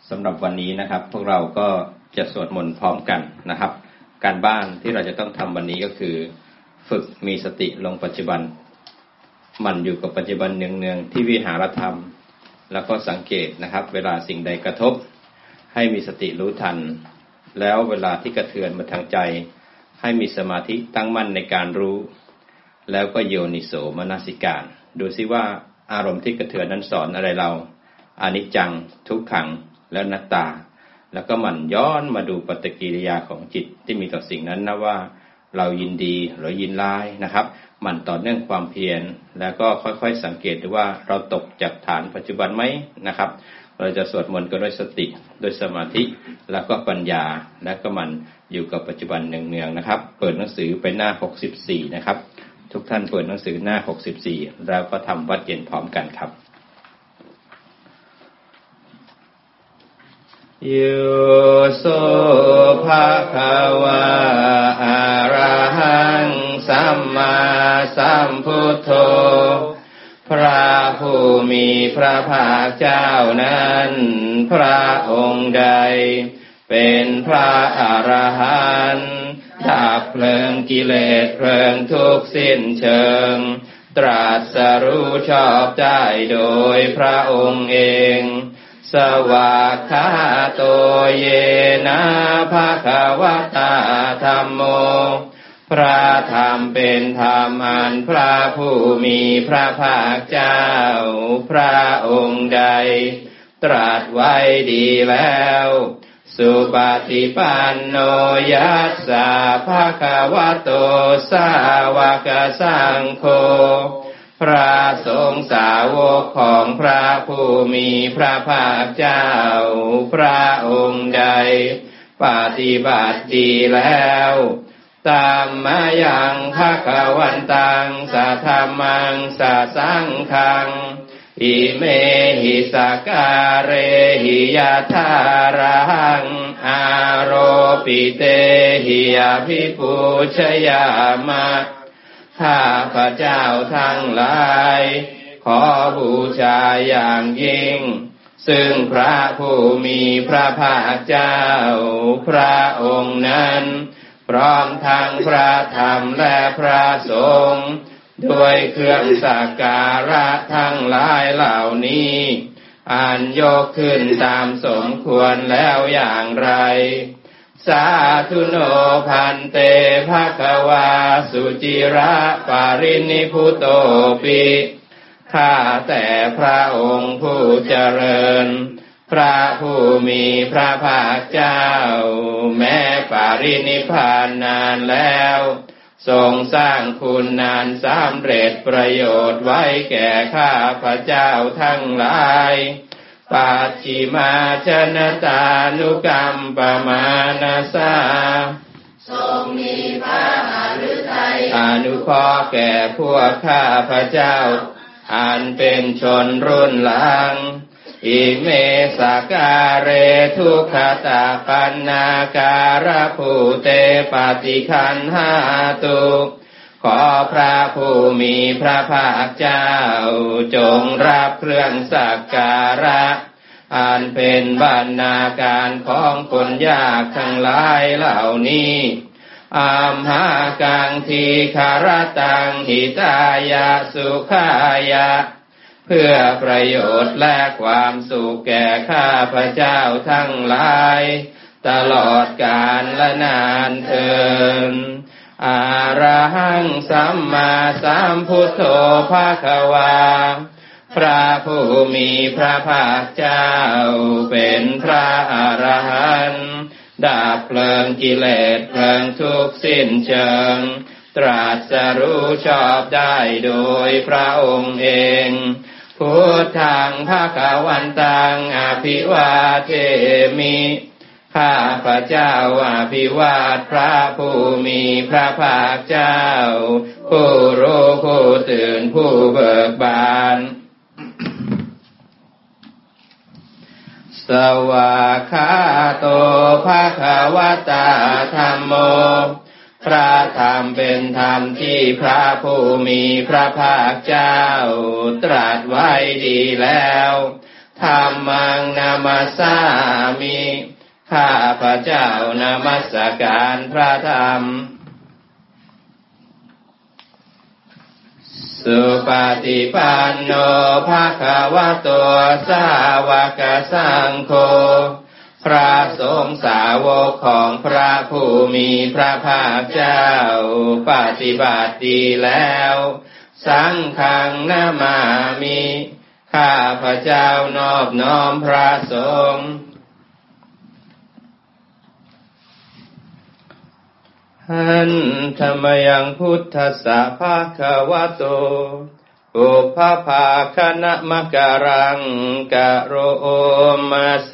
สำหรับวันนี้นะครับพวกเราก็จะสวดมนต์พร้อมกันนะครับการบ้านที่เราจะต้องทำวันนี้ก็คือฝึกมีสติลงปัจจุบันหมั่นอยู่กับปัจจุบันเนืองๆที่วิหารธรรมแล้วก็สังเกตนะครับเวลาสิ่งใดกระทบให้มีสติรู้ทันแล้วเวลาที่กระเทือนมาทางใจให้มีสมาธิตั้งมั่นในการรู้แล้วก็โยนิโสมนสิการดูซิว่าอารมณ์ที่กระเทือนนั้นสอนอะไรเราอนิจจังทุกขังและอนัตตาแล้วก็หมั่นย้อนมาดูปฏิกิริยาของจิตที่มีต่อสิ่งนั้นนะว่าเรายินดีหรือยินร้ายนะครับหมั่นต่อเนื่องความเพียรแล้วก็ค่อยๆสังเกตดูว่าเราตกจากฐานปัจจุบันไหมนะครับเราจะสวดมนต์กันด้วยสติด้วยสมาธิแล้วก็ปัญญาและก็มันอยู่กับปัจจุบันเนืองๆนะครับเปิดหนังสือไปหน้า64นะครับทุกท่านเปิดหนังสือหน้า64แล้วก็ทำวัดเย็นพร้อมกันครับโยโสภะคะวะอะระหังสัมมาสัมพุทโธพระผู้มีพระภาคเจ้านั้นพระองค์ใดเป็นพระอรหันต์ดับเพลิงกิเลสเพลิงทุกข์สิ้นเชิงตรัสรู้ชอบได้โดยพระองค์เองสวากขาโตเยนะภะคะวะตาธัมโมพระธรรมเป็นธรรมอันพระผู้มีพระภาคเจ้าพระองค์ใดตรัสไว้ดีแล้วสุปฏิปันโนยัสสะภะคะวะโตสาวกสังโฆพระสงฆ์สาวกของพระผู้มีพระภาคเจ้าพระองค์ใดปฏิบัติดีแล้วตามมายังภคะวันตังสัทธัมมังสัสสังฆังอิเมหิสการเรหิยะทารังอาโรปิเตหิยะภิปูชยามะข้าพระเจ้าทั้งหลายขอบูชาอย่างยิ่งซึ่งพระผู้มีพระภาคเจ้าพระองค์นั้นพร้อมทั้งพระธรรมและพระสงฆ์ด้วยเครื่องสักการะทั้งหลายเหล่านี้อันยกขึ้นตามสมควรแล้วอย่างไรสาธุโนพันเตภคะวาสุจิระปารินิพุตโตปิข้าแต่พระองค์ผู้เจริญพระผู้มีพระภาคเจ้าแม้ปรินิพพานนานแล้วทรงสร้างคุณนานสำเร็จประโยชน์ไว้แก่ข้าพระเจ้าทั้งหลายปัจฉิมาชนตานุกรรมปมานาสาทรงมีพระหฤทัยอนุเคราะห์แก่พวกข้าพระเจ้าอันเป็นชนรุ่นหลังอิเมสการเรทุกขตาปันนาการะภูเตปฏิคันหาตุขอพระผู้มีพระภาคเจ้าจงรับเครื่องสักการะอันเป็นบรรณาการของคนยากทั้งหลายเหล่านี้อัมหากังทีคารตังหิตายะสุขายะเพื่อประโยชน์และความสุขแก่ข้าพระเจ้าทั้งหลายตลอดกาลและนานเทอญอะระหังสัมมาสัมพุทโธภคะวาพระผู้มีพระภาคเจ้าเป็นพระอรหันต์ดับเพลิงกิเลสเพลิงทุกข์สิ้นเชิงตรัสรู้ชอบได้โดยพระองค์เองพุทธังภคะวันตังอภิวาเทมิข้าพระเจ้าอภิวาทพระผู้มีพระภาคเจ้าผู้รู้ผู้ตื่นผู้เบิกบานสวากขาโตภคะวะตาธัมโมพระธรรมเป็นธรรมที่พระผู้มีพระภาคเจ้าตรัสไว้ดีแล้วธัมมังนามัสสามิข้าพระเจ้านมัสการพระธรรมสุปฏิปันโนภควโตสาวกสังโฆพระสงฆ์สาวกของพระผู้มีพระภาคเจ้าปฏิบัติดีแล้วสังฆังนามามิข้าพระเจ้านอบน้อมพระสงฆ์หันธรรมยังพุทธัสสะภะคะวะโตอุปภาคณมกรังกะโรมาเส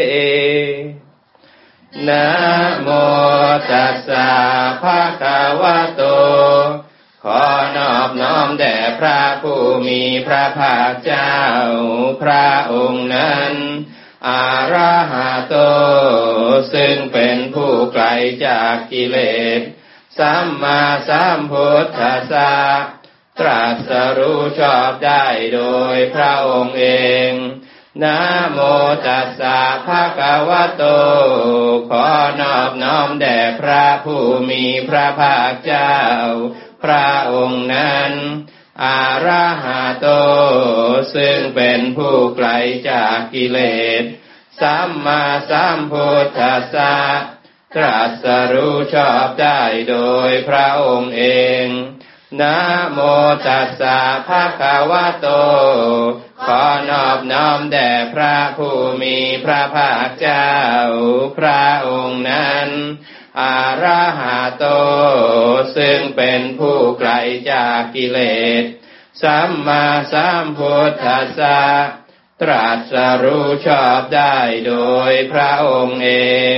นะโมตัสสะภะคะวะโตขอนอบน้อมแด่พระผู้มีพระภาคเจ้าพระองค์นั้นอะระหะโตซึ่งเป็นผู้ไกลจากกิเลสสัมมาสัมพุทธัสสะตรัสรู้ชอบได้โดยพระองค์เองนะโมตัสสะภะคะวะโตขอนอบน้อมแด่พระผู้มีพระภาคเจ้าพระองค์นั้นอะระหะโตซึ่งเป็นผู้ไกลจากกิเลสสัมมาสัมพุทธัสสะตรัสรู้ชอบได้โดยพระองค์เองนะโมตัสสะภะคะวะโตขอนอบน้อมแด่พระผู้มีพระภาคเจ้าพระองค์นั้นอะระหะโตซึ่งเป็นผู้ไกลจากกิเลสสัมมาสัมพุทธัสสะตรัสรู้ชอบได้โดยพระองค์เอง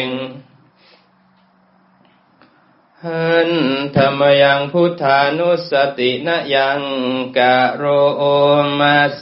หันธรรมยังพุทธานุสตินะยังกะโรมาเส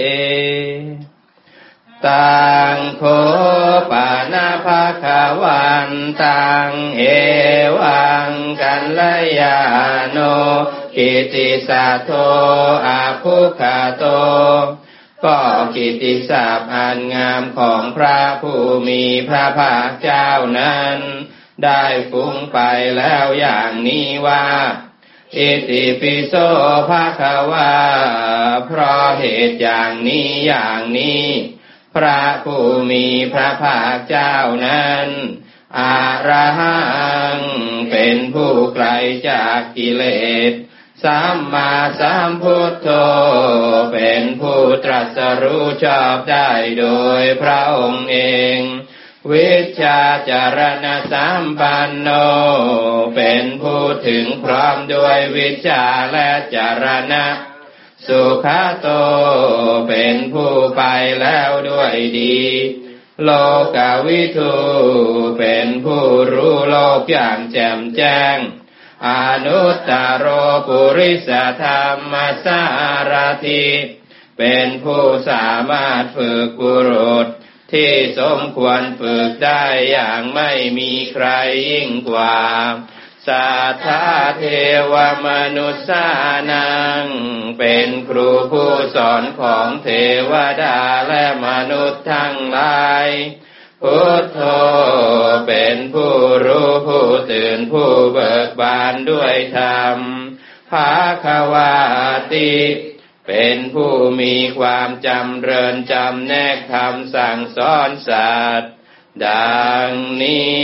ตังโคปานาภาคาวันตังเอวังกัลยาโนกิติสัทโธอาภุคาโตก็กิตติศัพท์อันงามของพระผู้มีพระภาคเจ้านั้นได้ฟุ้งไปแล้วอย่างนี้ว่าอิติปิโสภะคะวาเพราะเหตุอย่างนี้อย่างนี้พระผู้มีพระภาคเจ้านั้นอะระหังเป็นผู้ไกลจากกิเลสสัมมาสัมพุทโธเป็นผู้ตรัสรู้ชอบได้โดยพระองค์เองวิชชาจารณสัมปันโนเป็นผู้ถึงพร้อมด้วยวิชชาและจารณะสุขโตเป็นผู้ไปแล้วด้วยดีโลกวิทูเป็นผู้รู้โลกอย่างแจ่มแจ้งอนุตตโรปุริสธรรมสารถิเป็นผู้สามารถฝึกบุรุษที่สมควรฝึกได้อย่างไม่มีใครยิ่งกว่าสัทธาเทวมนุษสานังเป็นครูผู้สอนของเทวดาและมนุษย์ทั้งหลายพุทโธเป็นผู้รู้ผู้ตื่นผู้เบิกบานด้วยธรรมภควติเป็นผู้มีความจำเริญจำแนกธรรมสั่งสอนสัตว์ดังนี้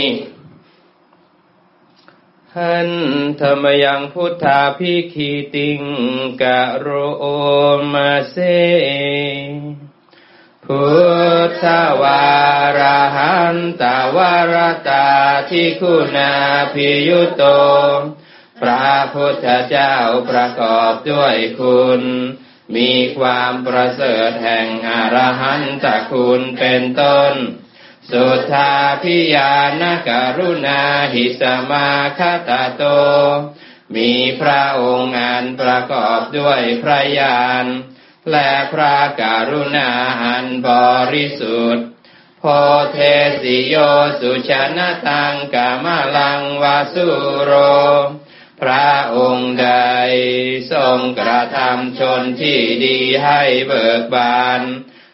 หันธรรมยังพุทธาภิกขิติงกะโรมาเสพุทธวาระหันตวรตาทิคุณาภิยุโตพระพุทธเจ้าประกอบด้วยคุณมีความประเสริฐแห่งอรหันตคุณเป็นต้นสุทธาภิญาณกรุณาหิสมาคตโตมีพระองค์อันประกอบด้วยพระญาณและพระกรุณาอันบริสุทธิ์โพเทสิโยสุชนะตังกามลังวาสุโรพระองค์ใดทรงกระทำชนที่ดีให้เบิกบาน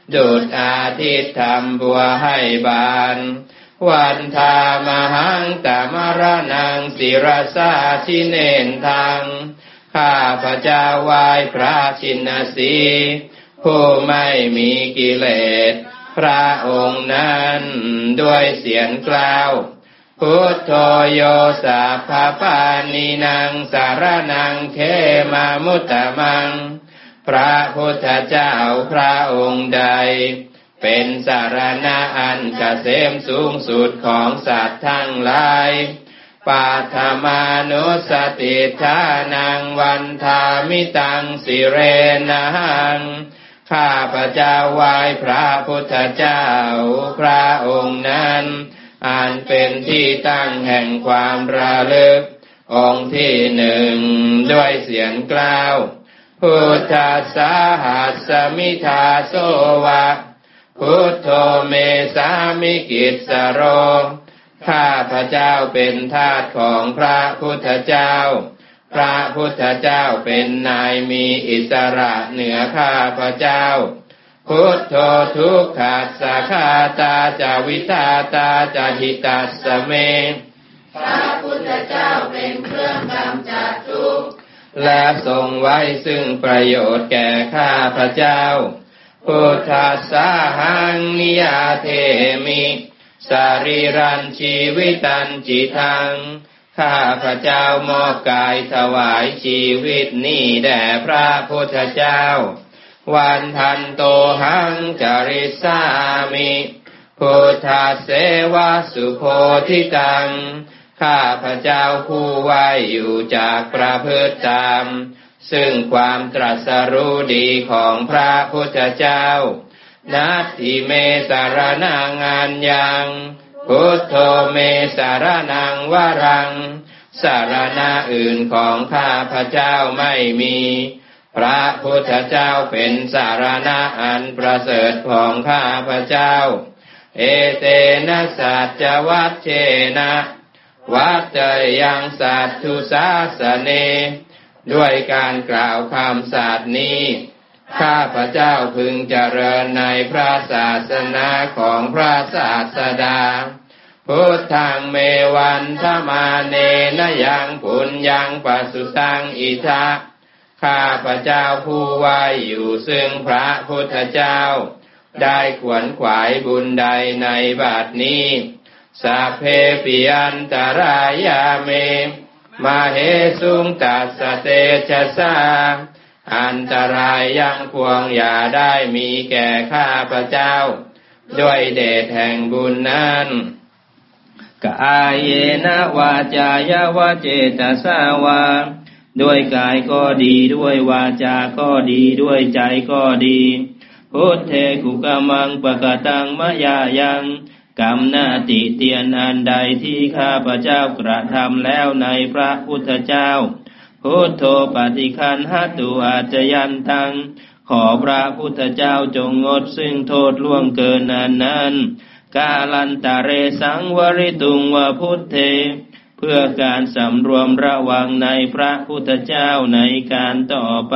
ดุจอาทิตย์ทำบัวให้บานวันทามหังตมรณังศิรสาชิเนนทังข้าพเจ้าไหว้พระชินสีผู้ไม่มีกิเลสพระองค์นั้นด้วยเสียงกล่าวพุทโธโยสัพพปานินังสารนังเขมามุตตมังพระพุทธเจ้าพระองค์ใดเป็นสารณะอันเกษมสูงสุดของสัตว์ทั้งหลายปัทมานุสติทานังวันทามิตังสิเรนังข้าพเจ้าไหว้พระพุทธเจ้าพระองค์นั้นอันเป็นที่ตั้งแห่งความระลึกองค์ที่หนึ่งด้วยเสียงกล่าวพุทธัสสะหัสสมิทาโสวะพุทโธเมสามิกิสสโรข้าพเจ้าเป็นทาสของพระพุทธเจ้าพระพุทธเจ้าเป็นนายมีอิสระเหนือข้าพเจ้าพุทโธทุกขัสสะคาตาจาวิทาตาจาหิตัสสะเมพระพุทธเจ้าเป็นเครื่องกำจัดทุกข์และทรงไว้ซึ่งประโยชน์แก่ข้าพเจ้าพุทธัสสะหังนิยาเทมิสารีรันชีวิตันจิตังข้าพเจ้ามอบกายถวายชีวิตนี้แด่พระพุทธเจ้าวันทันโตหังจริสามิพุทธเสวะสุโพธิตังข้าพเจ้าผู้ไหวอยู่จากประพฤติตามซึ่งความตรัสรู้ดีของพระพุทธเจ้านัตถิเมสารนังอัญญังพุทโธเมสารนังวรังสารณะอื่นของข้าพเจ้าไม่มีพระพุทธเจ้าเป็นสารณะอันประเสริฐของข้าพเจ้าเอเตนะสัจจวัชเชนะวัจเจยังสัตถุสาสเนด้วยการกล่าวคำสัตย์นี้ข้าพเจ้าพึงเจริญในพระศาสนาของพระศาสดาพุทธังเมวันทมาเนนยังปุญญังปัสสุตังอิทะข้าพเจ้าผู้ไหวอยู่ซึ่งพระพุทธเจ้าได้ขวนขวายบุญใดในบัดนี้สัพเพปิยันตรายาเมมาเหสุงตัสสะเตชะสาอันตรายยังพวงอย่าได้มีแก่ข้าพเจ้าด้วยเดชแห่งบุญนั้นกายเยนะวาจายาวาเจตสาวาด้วยกายก็ดีด้วยวาจาก็ดีด้วยใจก็ดีพุทเทกุกมังปะกตังมะยายังกรรมนาติเตียนอันใดที่ข้าพเจ้ากระทำแล้วในพระพุทธเจ้าพุทโธปฏิคันหตุอาจยันตังขอพระพุทธเจ้าจงงดซึ่งโทษล่วงเกินนั้นกาลันตะเรสังวริตุงวะพุทเทเพื่อการสำรวมระวังในพระพุทธเจ้าในการต่อไป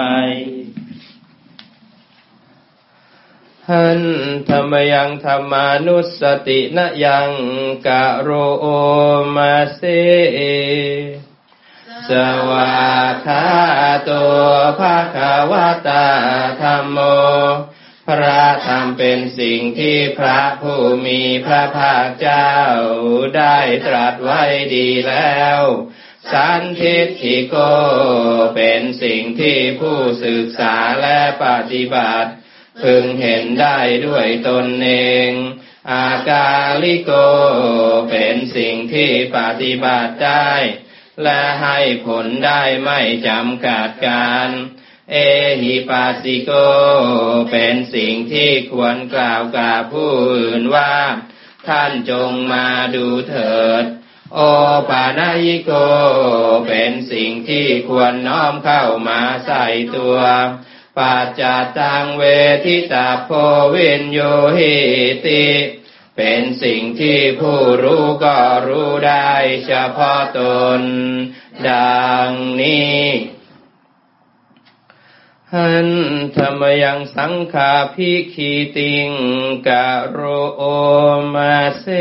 หันธรรมยังธรรมานุสตินะยังกะโรมาเสสวากขาโตภะคะวะตาธัมโมพระธรรมเป็นสิ่งที่พระผู้มีพระภาคเจ้าได้ตรัสไว้ดีแล้วสันทิฏฐิโกเป็นสิ่งที่ผู้ศึกษาและปฏิบัติพึงเห็นได้ด้วยตนเองอากาลิโกเป็นสิ่งที่ปฏิบัติได้และให้ผลได้ไม่จำกัดการเอหิปัสสิโกเป็นสิ่งที่ควรกล่าวกับผู้อื่นว่าท่านจงมาดูเถิดโอปานายิโกเป็นสิ่งที่ควรน้อมเข้ามาใส่ตัวปัจจตังเวทิตาโพวินโยหิติเป็นสิ่งที่ผู้รู้ก็รู้ได้เฉพาะตนดังนี้หหันธรรมยังสังฆาภิคีติงกะโรมาเส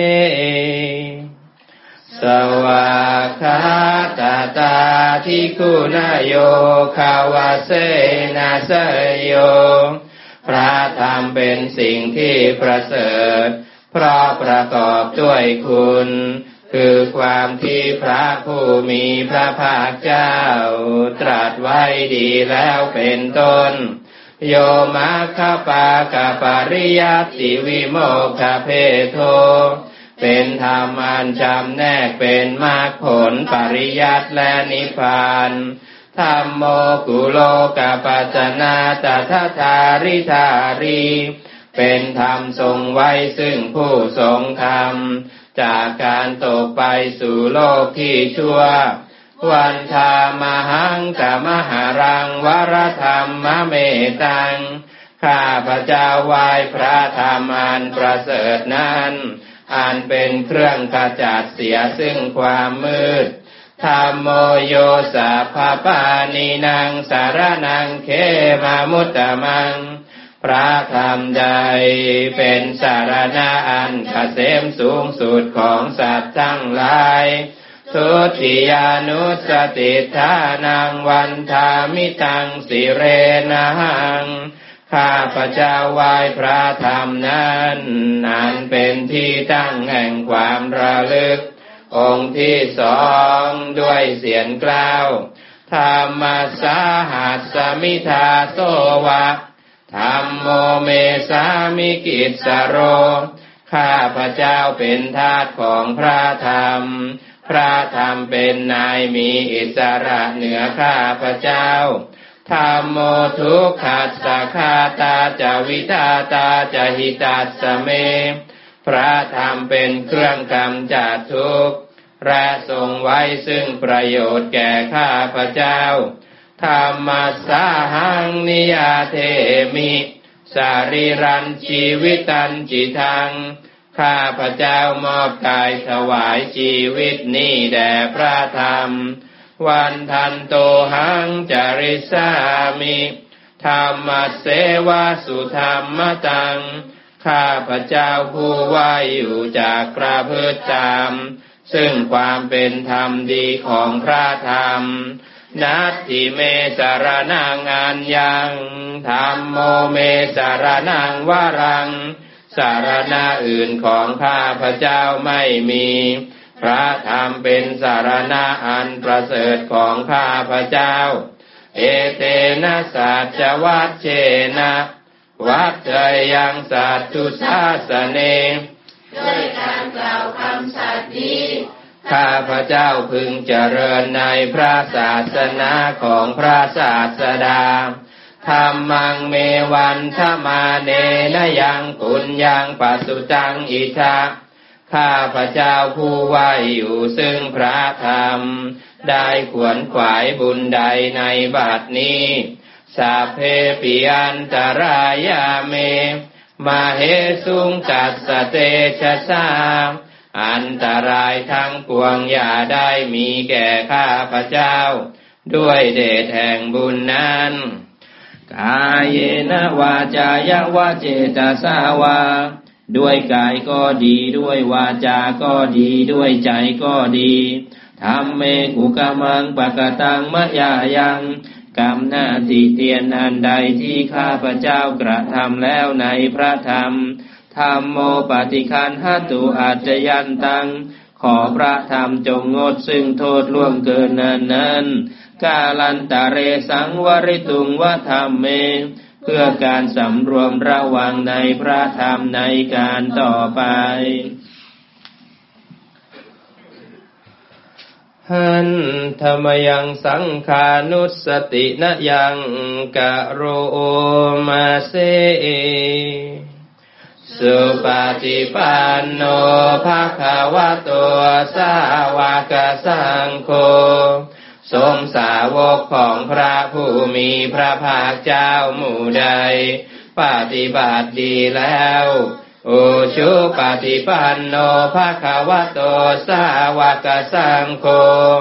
สวากขาตาตาทิคุณโยคาวาเสนาสโยพระธรรมเป็นสิ่งที่ประเสริฐเพราะประกอบด้วยคุณคือความที่พระผู้มีพระภาคเจ้าตรัสไว้ดีแล้วเป็นต้นโยมัคคปากปริยัตติวิโมกขเพโทเป็นธรรมอันจำแนกเป็นมรรคผลปริยัติและนิพพานธัมโมกุโลกปัจจนาตถาธาริธารีเป็นธรรมทรงไว้ซึ่งผู้ทรงธรรมจากการตกไปสู่โลกที่ชั่ววันธามหังกมหารังวรธรรมเมตังข้าพเจ้าไหว้พระธรรมอันประเสริฐนั้นอันเป็นเครื่องขจัดเสียซึ่งความมืดธัมโมโยสัพพปานินังสารนังเขมามุตตมังพระธรรมใดเป็นสารณะอันเกษมสูงสุดของสัตว์ทั้งหลายทุติยานุสติทานังวันธามิตังสิเรนะหังข้าพเจ้าไหว้พระธรรมนั้นอันเป็นที่ตั้งแห่งความระลึกองค์ที่สองด้วยเสียงกล่าวธรรมสาหัสสมิทาโสวะธัมโมเมสามิกิสสโรข้าพเจ้าเป็นทาสของพระธรรมพระธรรมเป็นนายมีอิสระเหนือข้าพเจ้าธัมโมทุกขัสสะคาตาจาวิตาตาจาหิตัสสเมพระธรรมเป็นเครื่องกำจัดทุกข์และทรงไว้ซึ่งประโยชน์แก่ข้าพเจ้าธัมมัสสาหังนิยาเทมิสารีรันชีวิตันจิตังข้าพเจ้ามอบกายถวายชีวิตนี้แด่พระธรรมวันทันโตหังจาริสามิธัมมัสเสวะสุธรรมตังข้าพเจ้าผู้ว่าอยู่จากประพฤติตามซึ่งความเป็นธรรมดีของพระธรรมนัตถิเมสารนังอัญญังธัมโมเมสารนังวรังสารณะอื่นของข้าพเจ้าไม่มีพระธรรมเป็นสารณะอันประเสริฐของข้าพเจ้าเอเตนะสัจวัชเชนะวัดเจยังสัจจุสาสเนด้วยการกล่าวคำสัตย์นี้ข้าพเจ้าพึงเจริญในพระศาสนาของพระศาสดาธัมมังเมวันธมาเนนะยังปุญญังปัสสุตังอิทะข้าพเจ้าผู้ไหวอยู่ซึ่งพระธรรมได้ขวนขวายบุญใดในบัดนี้สัพเพปิอันตรายาเมมาเหสุงตัสสะเตชะสาอันตรายทั้งปวงอย่าได้มีแก่ข้าพเจ้าด้วยเดชแห่งบุญนั้นกายเยนะวาจายวะเจตสาวาด้วยกายก็ดีด้วยวาจาก็ดีด้วยใจก็ดีธัมเมกุกมังปะกตังมะยายังกรรมหน้าที่เตียนอันใดที่ข้าพเจ้ากระทำแล้วในพระธรรมธัมโมปฏิคันหตุอาจยันตังขอพระธรรมจงงดซึ่งโทษล่วงเกินนั้นกาลันตะเรสังวริตุงวะธรรมเมเพื่อการสำรวมระวังในพระธรรมในการต่อไปหันธรรมยังสังขานุสตินะยังกะโรมาเสสุปฏิปันโนภควโตสาวกสังโฆทรงสาวกของพระผู้มีพระภาคเจ้าหมู่ใดปฏิบัติดีแล้วอุชุปฏิปันโนภควโตสาวกสังโฆ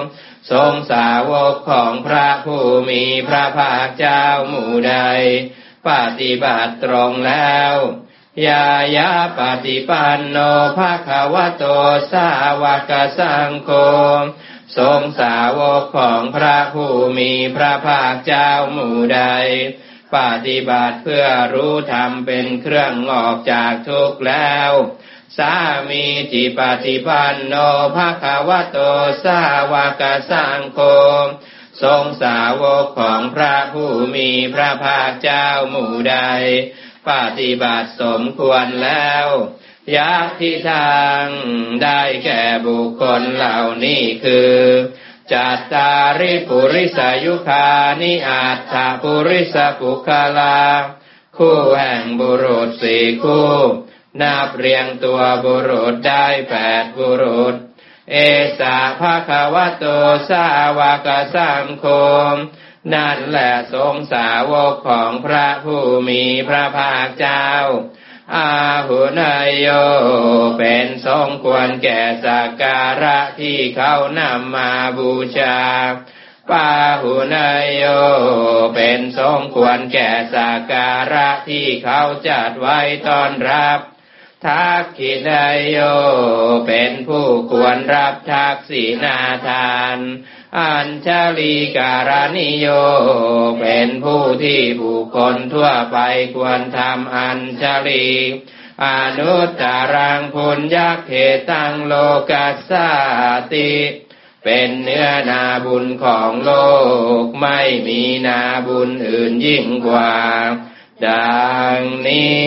ทรงสาวกของพระผู้มีพระภาคเจ้าหมู่ใดปฏิบัติตรงแล้วยายะปฏิปันโนภควโตสาวกสังโฆทรงสาวกของพระผู้มีพระภาคเจ้าหมู่ใดปฏิบัติเพื่อรู้ธรรมเป็นเครื่องออกจากทุกข์แล้วสามีจิปฏิปันโนภควโตสาวกสังโฆทรงสาวกของพระผู้มีพระภาคเจ้าหมู่ใดปฏิบัติสมควรแล้วยักที่ทางได้แก่บุคคลเหล่านี้คือจัตตาริปุริสยุคานิอัตถปุริสปุคลาคู่แห่งบุรุษสี่คู่นับเรียงตัวบุรุษได้8บุรุษเอสาภควโตสาวกสังโฆนั่นแหละทรงสาวกของพระผู้มีพระภาคเจ้าอาหุนายโยเป็นสมควรแก่สักการะที่เขานำมาบูชาปาหุนายโยเป็นสมควรแก่สักการะที่เขาจัดไว้ต้อนรับทักขินายโยเป็นผู้ควรรับทักษิณาทานอัญชลีการณิโยเป็นผู้ที่บุคคลทั่วไปควรทำอัญชลีอนุตตรังปุญญเขตังโลกัสสติเป็นเนื้อนาบุญของโลกไม่มีนาบุญอื่นยิ่งกว่าดังนี้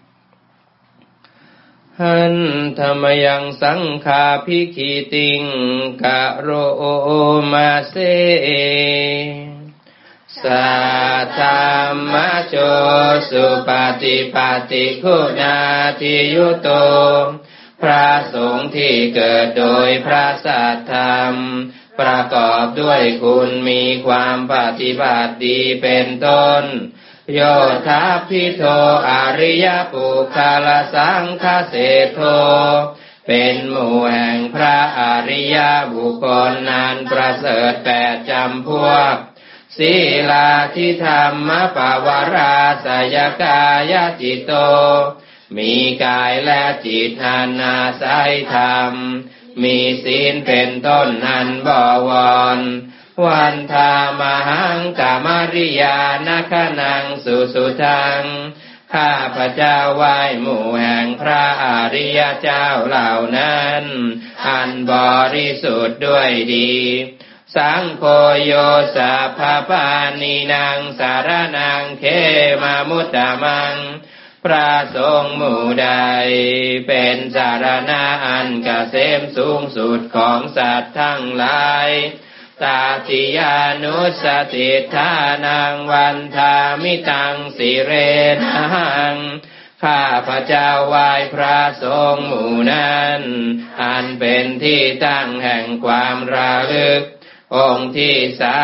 หันธรรมยังสังฆาภิคิติงกะโรมาเสสัทธัมมโจสุปฏิปัตติคุณาทิยุโตพระสงฆ์ที่เกิดโดยพระสัทธรรมประกอบด้วยคุณมีความปฏิบัติดีเป็นต้นโยทัพพิโทอริยปุคลสังฆเสโทเป็นหมู่แห่งพระอริยบุคคลนั้นประเสริฐ8จำพวกศีลาทิธรรมปวาราสยกายจิตโตมีกายและจิตอันอาศัยธรรมมีศีลเป็นต้นอันบวรวันธามหังกามริยานาคนังสุสุทังข้าพเจ้าไหว้หมู่แห่งพระอริยเจ้าเหล่านั้นอันบริสุทธิ์ด้วยดีสังโฆโยสัพพปานีนังสารนังเขมามุตตมังพระสงฆ์หมู่ใดเป็นสารณะอันเกษมสูงสุดของสัตว์ทั้งหลายตาติยานุสติทานังวันทามิตังสิเรนังข้าพระเจ้าไหว้พระสงฆ์หมู่นั้นอันเป็นที่ตั้งแห่งความระลึกองค์ที่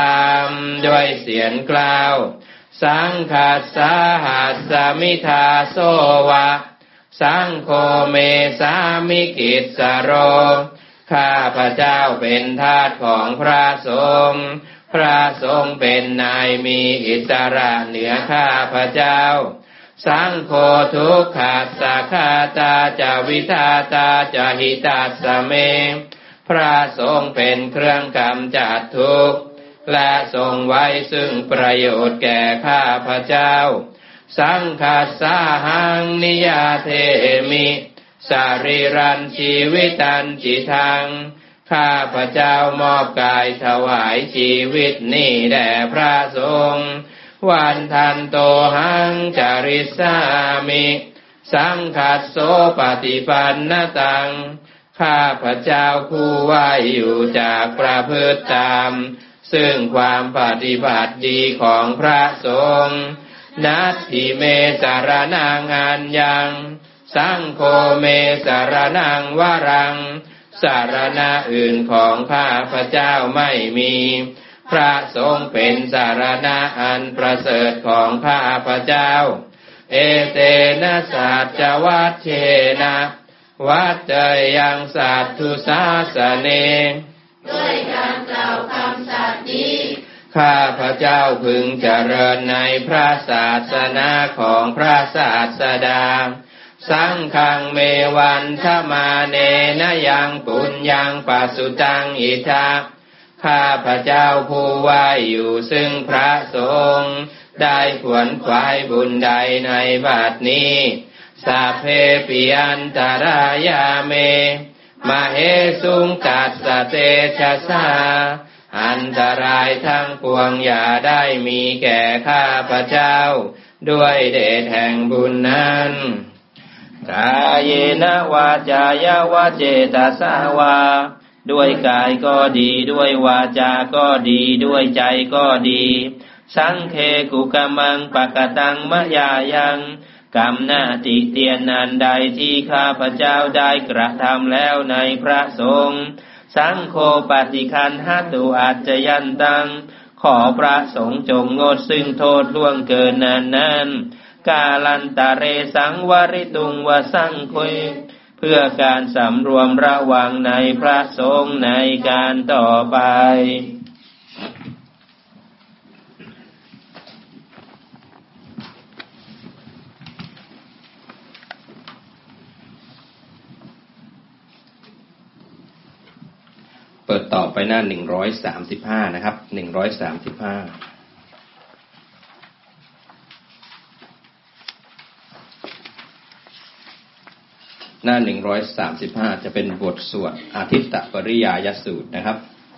3ด้วยเสียงกล่าวสังฆัสสะหัสสมิทาโสวะสังโฆเมสามิกิสโรข้าพระเจ้าเป็นทาสของพระสงฆ์พระสงฆ์เป็นนายมีอิสระเหนือข้าพระเจ้าสังโฆทุกขัสสะคาตาจาวิทาตาจาหิตัสสะเมพระสงฆ์เป็นเครื่องกำจัดทุกข์และทรงไว้ซึ่งประโยชน์แก่ข้าพระเจ้าสังฆัสสะหังนิยาเทมิสารีรันชีวิตันจิทังข้าพระเจ้ามอบกายถวายชีวิตนี้แด่พระสงฆ์วันทันโตหังจาริสามิสังฆัสโสปฏิปันนตังข้าพระเจ้าผู้ไหวอยู่จากประพฤติตามซึ่งความปฏิบัติดีของพระสงฆ์นัตถิเมสารนังอัญญังสังโฆเมสารนังวรังสารณะอื่นของข้าพระเจ้าไม่มีพระสงฆ์เป็นสารณะอันประเสริฐของข้าพระเจ้าเอเตนะสัจจวัชเชนะวัจเจยังสัตถุสาสเนด้วยการกล่ล่าคำสัตย์นี้ข้าพเจ้าพึงเจริญในพระศาสนาของพระศาสดาสังฆังเมวันทมาเนนะยังปุญญังปัสสุตังอิทาข้าพเจ้าผู้ไหวอยู่ซึ่งพระสงฆ์ได้ขวนขวายบุญใดในบัดนี้สัพเพปิยันตรายาเมมเหสุงกัสสะเตชะสาอันตรายทั้งปวงอย่าได้มีแก่ข้าพเจ้าด้วยเดชแห่งบุญนั้นกายนวาจายวาเจตสาวาด้วยกายก็ดีด้วยวาจาก็ดีด้วยใจก็ดีสังเคกุกมังปะกตังมะยายังกรรมหน้าติเตียนอันใดที่ข้าพเจ้าได้กระทำแล้วในพระสงฆ์สังโฆปฏิคันหตุอัจจยันตังขอพระสงฆ์จงงดซึ่งโทษล่วงเกินนั้นกาลันตะเรสังวริตุงวสังคุยเพื่อการสำรวมระวังในพระสงฆ์ในการต่อไปเปิดต่อไปหน้า135นะครับ135หน้า135จะเป็นบทสวดอาทิตตปริยายสูตรนะครับ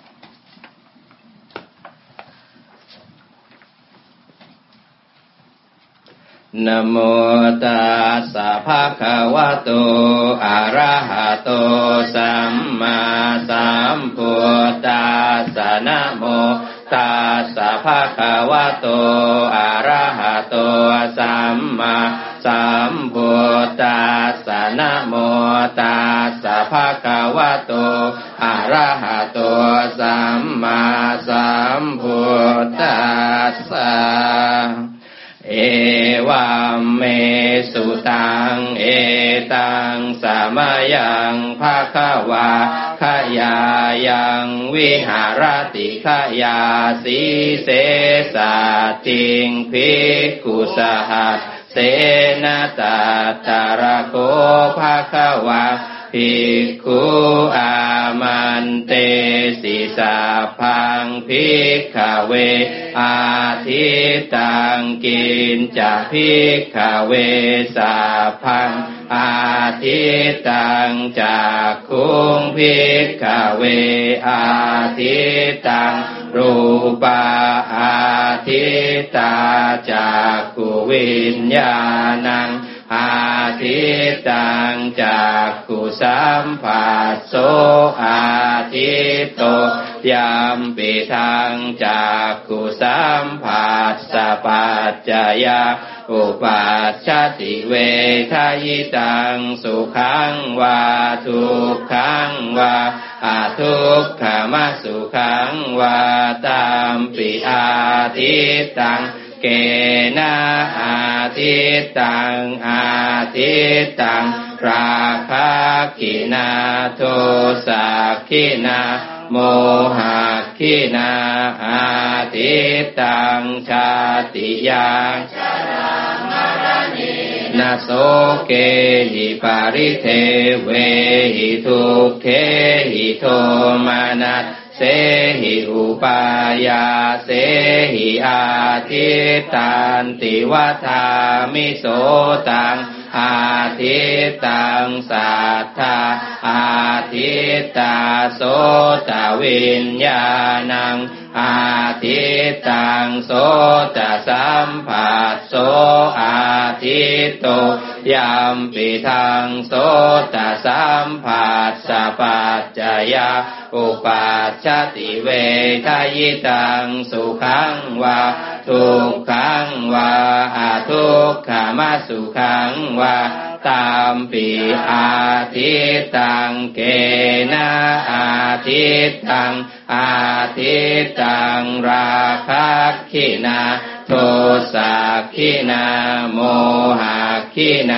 นะโมตัสสะภะคะวะโตอะระหะโตสัมมาสัมพุทธัสสะนะโมตัสสะภะคะวะโตอะระหะโตสัมมาสัมพุทธัสสะนะโมตัสสะภะคะวะโตอะระหะโตสัมมาสัมพุทธัสสะเอวัมเมสุตังเอตังสามายังภะคะวะขยายังวิหารติขยาสีเสสะติงภิกขุสหัสเสนะตัตตระโกภะคะวะภิกขุอามันเตสิสาพังภิกขเวอาทิตังกินจะภิกขเวสาพังอาทิตังจากขุงภิกขเวอาทิตังรูปาอาทิตาจากขุวิญญาณังอาทิตังจากขุสัมผัสโสอาทิตโตยัมปิทังจากขุสัมผัสสะปัจจยาอุปัชชติเวทยิตังสุขังวาทุกขังวาอาทุกขมสุขังวาตามปิอาทิตังเกนะอาทิตังอาทิตังราคะขินาโทสะขินาโมหะขินาอาทิตังชาติยังชรามรณะนะโสเกหิปาริเทเวหิทุกเขหิโทมานัสเสหิอุปายาเสหิอาทิตันติวัฏามิโสตังอาทิตังสัทธาอาทิตาโสตวิญญาณังอาทิตังโสตสัมผัสโสอาทิตโตยัมปิทังโสตสัมผัสสะปัจจยาอุปัชชติเวทยิตังสุขังวาทุกขังวาอาทุกขมสุขังวาตามปิอาทิตังเกนะอาทิตังอาทิตังราคะขินาโทสะขินาโมหะขินา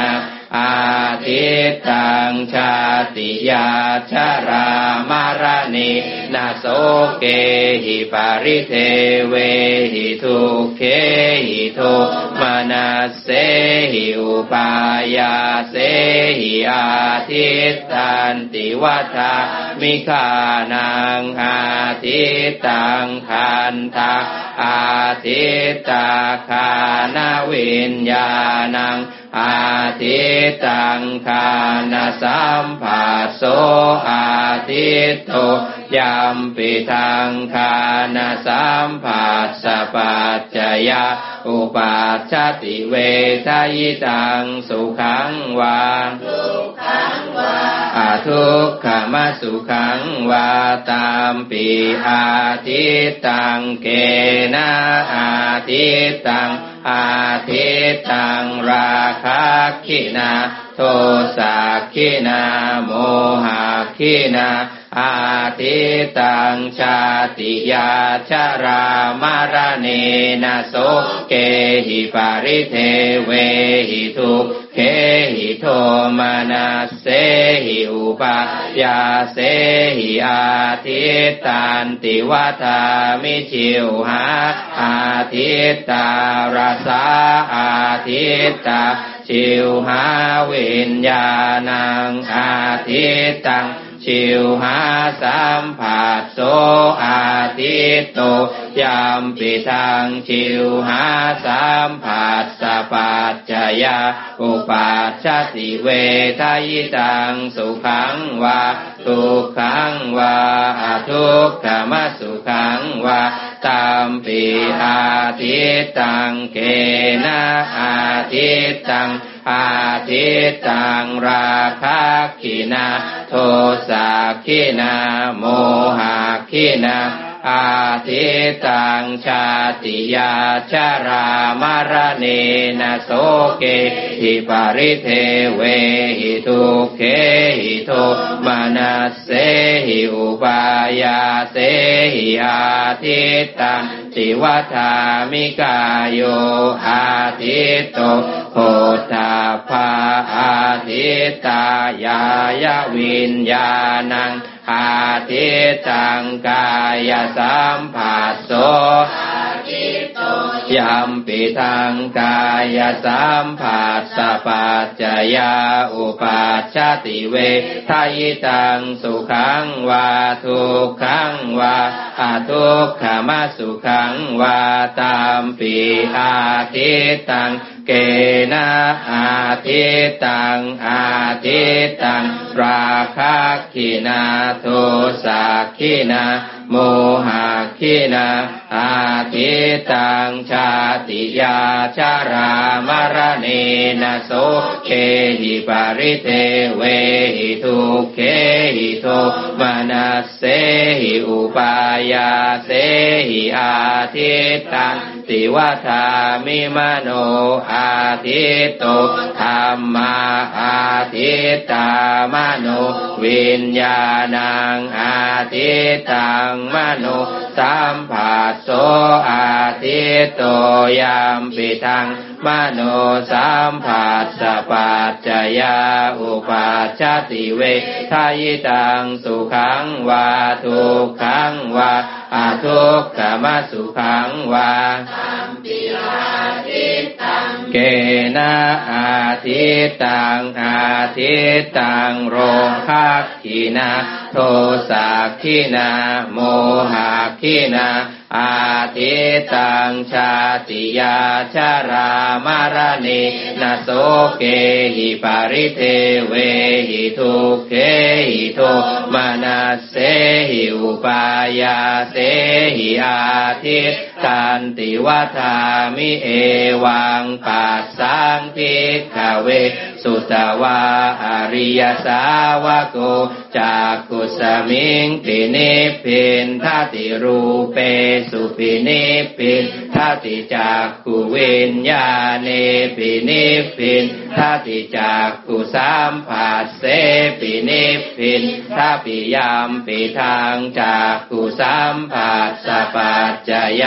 อาทิตตังชาติยาชรามรณะนาโสเกหิปาริเทเวหิทุกเขหิโทมานัสเสหิอุปายาเสหิอาทิตตันติวัฏฐามิฆานังอาทิตตังขันธาอาทิตตาคานวิญญาณังอาทิตตังคานสัมผัสโสอาทิตโตยัมปิทังคานสัมผัสสะปัจจยาอุปัชชติเวทายตังสุขังวาทุกขังวาอาทุกขมสุขังวาตามปีอาทิตตังเกนะอาทิตตังอาทิตตังราคะขินาโทสะขินาโมหะขินาอาทิตตังชาติยาชรามรณะนาโสเกหิปาริเทเวหิทุกเขหิโทมานัสเสหิอุปายาเสหิอาทิตตันติวัฏฐามิชิวหาอาทิตตาราสาอาทิตตาชิวหาวิญญาณังอาทิตตังชิวหาสัมผัสโสอาทิตโตยัมปิทังชิวหาสัมผัสสะปัจจยาอุปัชชติเวทายตังสุขังวาทุกขังวาทุกขมสุขังวาตามปีอาทิตตังเกนะอาทิตตังอาทิตตังราคะขินาโทสะขินาโมหะขินาอาทิตตังชาติยาชรามรณะนาโสเกหิปาริเทเวหิทุกเขหิโทมานัสเสหิอุปายาเสหิอาทิตตังติวัฏฐามิกายโยอาทิตโตโพธาภาอาทิตตายายวิญญาณังอาทิตตังกายสัมผัสโสอาทิตโตยัมปิทังกายสัมผัสสะปัจจยาอุปัชชติเวทายตังสุขังวาทุกขังวาทุกขมสุขังวาตามปีอาทิตตังเกนะอาทิตตังอาทิตตังราคะขินาโทสะขินาโมหะขินาอาทิตตังชาติยาชรามรณะนาโสเกหิปาริเทเวหิทุกเขหิโทมานัสเสหิอุปายาเสหิอาทิตตังติวัฏฐามิมโนอาทิตโตธัมมาอาทิตตามโนวิญญาณังอาทิตตังมโนสัมผัสโสอาทิตโตยัมปิทังมโนสัมผัสสะปัจจยาอุปัชชติเวทายตังสุขังวาทุกขังวาทุกขมสุขังวาตัมปิอาทิตตังเกนะอาทิตตังอาทิตตังโรคะขินาโทสะขินาโมหะขินาอาทิตตังชาติยาชรามรณะนาโสเกหิปาริเทเวหิทุกเขหิโทมานัสเสหิอุปายาเสหิอาทิตตันติวัฏฐามิเอวังปัสสังภิกขเวสุตวาอริยสาวโกจักขุสมิงปินิพพินทัติรูเปสุปินิพพินทัติจักขุวิญญาเนปินิพพินทัติจักขุสัมผัสเสปินิพพินทัปิยัมปิทางจักขุสัมผัสสะปัจจยา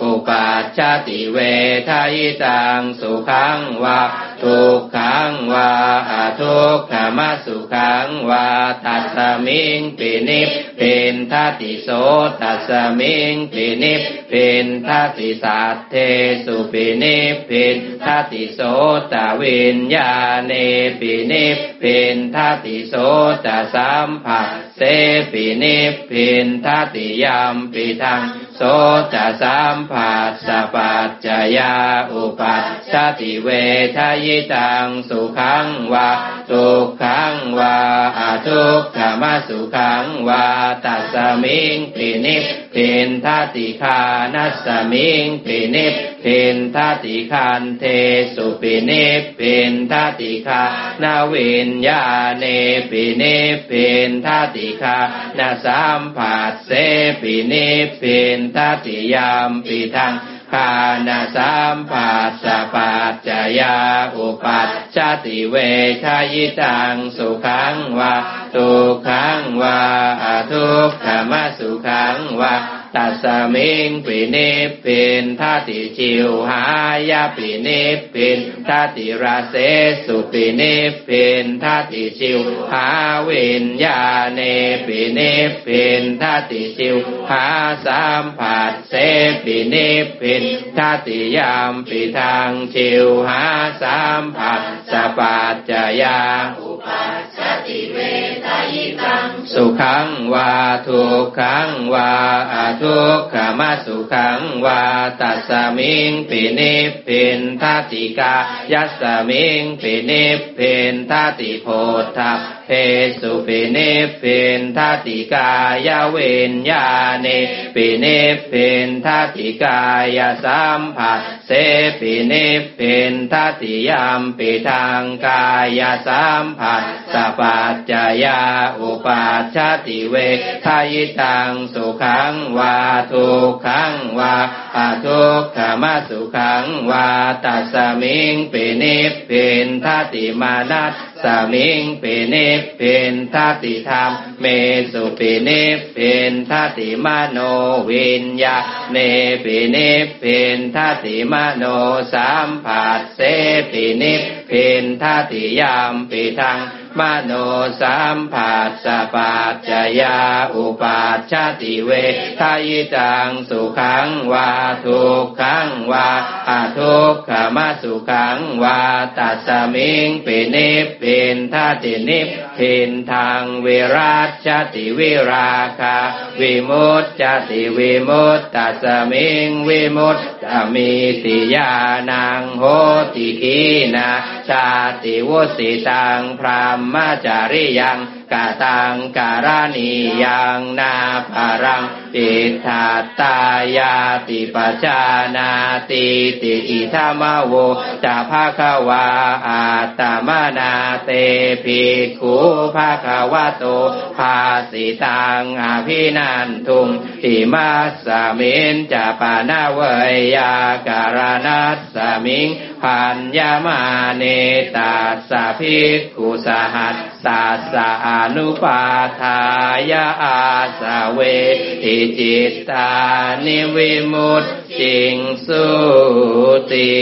อุปัชชติเวทายตังสุขังวาทุกขังวาอทุกขมสุขังวาตัสสมิงปินิพพินทติโสตัสสมิงปินิพพินทติสัทเทสุปินิพพินทติโสตวิญญาเนปินิพพินทติโสตสัมผัสเสปินิพพินทติยัมปิทังโสตสัมผัสสะปัจจยาอุปัชชติเวทายตังสุขังวาทุกขังวาอทุกขมสุขังวาตัสสมิงปินิพพินทติคานัสสมิงปินิพพินทติคันเทสุปินิพพินทติคานวิญญาเนปินิพพินทติคานาสัมผัสเสปินิพพินทติยามปิทังคานาสัมผัสสะปัจจยาอุปัชชติเวทายตังสุขังวาทุกขังวาอทุกขมสุขังวาตัสสมิงปินิพพินทติชิวหายาปินิพพินทติราเสสุปินิพพินทติชิวหาวิญญาเนปินิพพินทติชิวหาสัมผัสเสปินิพพินทติยามปิทังชิวหาสัมผัสสะปัจจยาอุปัชชติเวทายตังสุขังวาทุกขังวาอทุกขมสุขังวาตัสสมิงปินิพพินทติกายัสสมิงปินิพพินทติโพธะเพสุปินิพพินทติกายเวิญญาเนปินิพพินทติกายสัมผัสเสปินิพพินทติยามปิทางกายสัมผัสสะปัจจยาอุปัชชติเวทายตังสุขังวาทุกขังวาอทุกขมสุขังวาตัสสมิงปินิพพินทติมานัสสมิงปินิพพินทติธรรมเมสุปินิพพินทติมโนวิญญาเนปินิพพินทติมโนสัมผัสเสปินิพพินทติยามปิทังมโนสัมผัสสะปัจจยาอุปัชชติเวทายตังสุขังวาทุกขังวาอทุกขมสุขังวาตัสสมิงปินิพพินทตินิพพินทางวิราชติวิราคะวิมุตจติวิมุตตัสสมิงวิมุตตมิติญาณังโหติขีนาชาติวุสิตังพรหมจาริยังกตังการณียังนาภรังอิทธาตายาติปัจจานาติติอิทัมโวจะภาควาอาตมนาเตภิกขุภาควะโตภาสิตังอภินันทุงอิมัสสมินจะปานาเวยาการนัสสมิงพัญญมาเนตัสสะภิกขุสหัสสัสสะอนุปาทายาอาสะเวทิจิตตานิวิมุตติงสุติ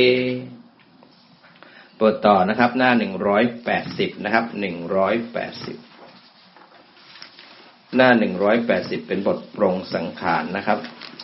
บทต่อนะครับหน้า180นะครับ180หน้า180เป็นบทปรงสังขารนะครับ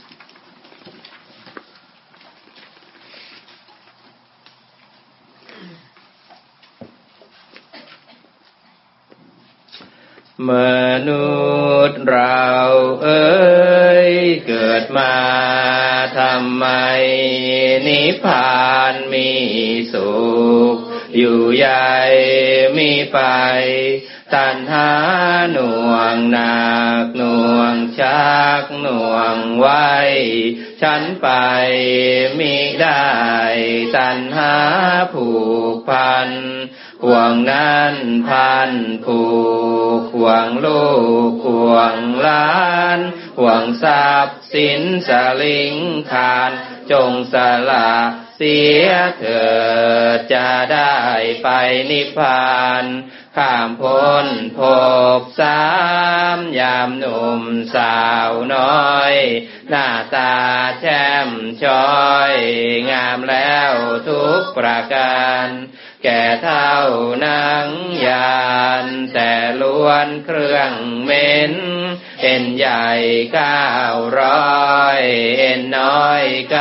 มนุษย์เราเอ๋ยเกิดมาทำไมนิพพานมีสุขอยู่ใหญ่มีไปตัณหาหน่วงหนักหน่วงชักหน่วงไว้ฉันไปมิได้ตัณหาผูกพันห่วงนั้นพันผูกห่วงลูกห่วงหลานห่วงทรัพย์สินสลิงคารจงสละเสียเถิดจะได้ไปนิพพานข้ามพ้นภพสามอย่าามหนุ่มสาวน้อยหน้าตาแจ่มช้อยงามแล้วทุกประการแก่เท่านังยานแต่ล้วนเครื่องเหม็นเอ็นใหญ่900เอ็นน้อย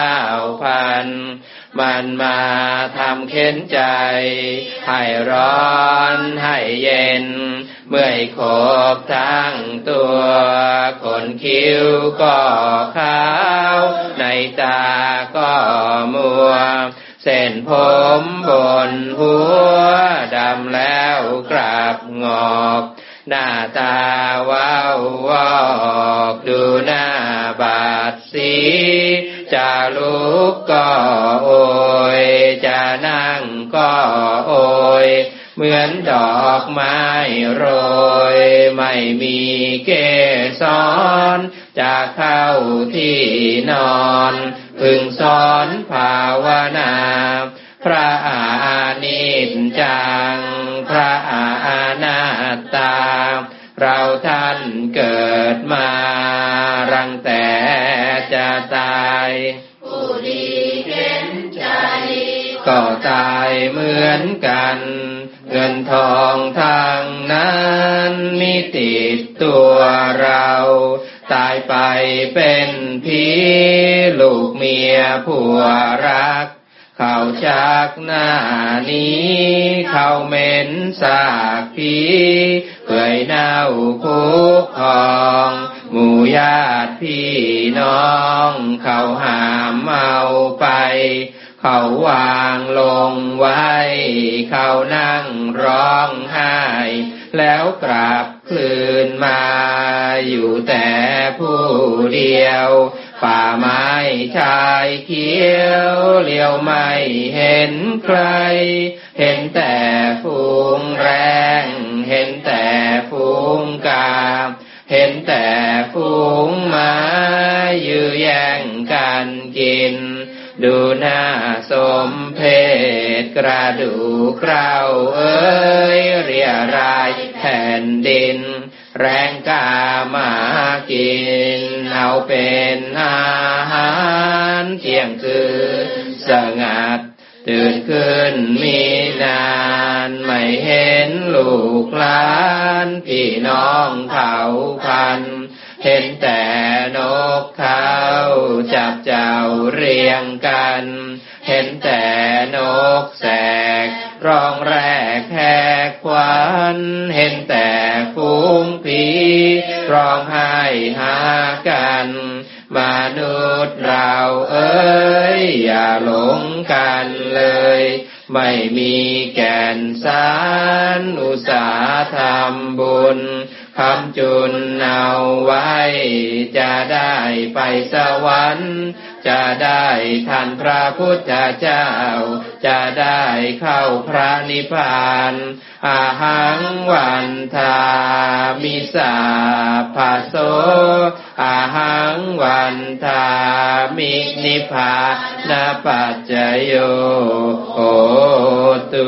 9,000มันมาทำเข็นใจให้ร้อนให้เย็นเมื่อยขบทั้งตัวขนคิ้วก็ขาวในตาก็มัวเส้นผมบนหัวดำแล้วกลับงอกหน้าตาว้าววอกดูหน้าบาดสีจะลุกก็โอยจะนั่งก็โอยเหมือนดอกไม้โรยไม่มีเกสรจะเข้าที่นอนพึงสอนภาวนาพระอานิจจังพระอานัตตาเราท่านเกิดมารังแต่จะตายผู้ดีเห็นใจก็ตายเหมือนกันเงินทองทางนั้นมิติดตัวเราตายไปเป็นผีลูกเมียผัวรักเขาชักหน้านี้เขาเหม็นสากผีเปื่อยเน่าคุกคองหมู่ญาติพี่น้องเขาห้ามเอาไปเขาวางลงไว้เขานั่งร้องไห้แล้วกลับคืนมาอยู่แต่ผู้เดียวป่าไม้ชายเขียวเลี้ยวไม่เห็นใครเห็นแต่ฝูงแรงเห็นแต่ฝูงกาเห็นแต่ฝูงม้ายื้อแย่งกันกินดูหน้าสมเพชกระดูกเกล้าเอ้ยเรียรายแผ่นดินแรงกามากินเอาเป็นอาหารเที่ยงคืนสงัดตื่นขึ้นมีนานไม่เห็นลูกหลานพี่น้องเผ่าพันธุ์เห็นแต่นกเขาจับเจ้าเรียงกันเห็นแต่นกแสกร้องแรกแหกขวัญเห็นแต่ฝูงผีร้องไห้หากันมนุษย์เราเอ้ยอย่าหลงกันเลยไม่มีแก่นสารอุตสาห์ทำบุญคำจุนเอาไว้จะได้ไปสวรรค์จะได้ทันพระพุทธเจ้าจะได้เข้าพระนิพพานอาหังวันทามิสาภาโสอาหังวันทามินิพพานปัจจโยโหตุ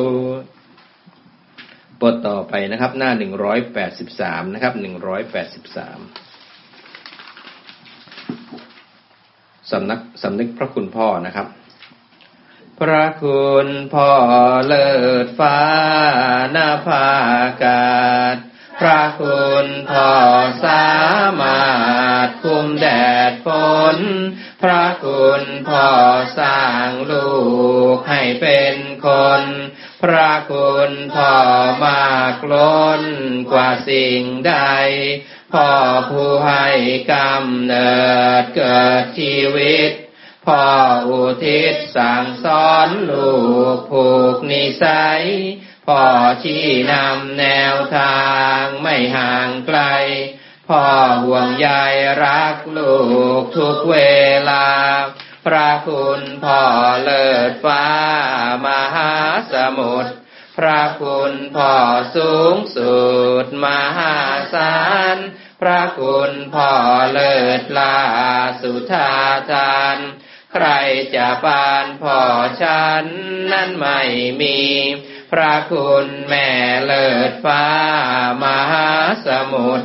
บทต่อไปนะครับหน้า183นะครับ183สำนึกพระคุณพ่อนะครับพระคุณพ่อเลิศฟ้าหน้าภาอากาศพระคุณพ่อสามารถคุมแดดฝนพระคุณพ่อสร้างลูกให้เป็นคนพระคุณพ่อมากล้นกว่าสิ่งใดพ่อผู้ให้กำเนิดเกิดชีวิตพ่ออุทิศสั่งสอนลูกผูกนิสัยพ่อชี้นำแนวทางไม่ห่างไกลพ่อห่วงใยรักลูกทุกเวลาพระคุณพ่อเลิศฟ้ามหาสมุทรพระคุณพ่อสูงสุดมหาศาลพระคุณพ่อเลิศลาสุธาทานใครจะปานพ่อฉันนั้นไม่มีพระคุณแม่เลิศฟ้ามหาสมุทร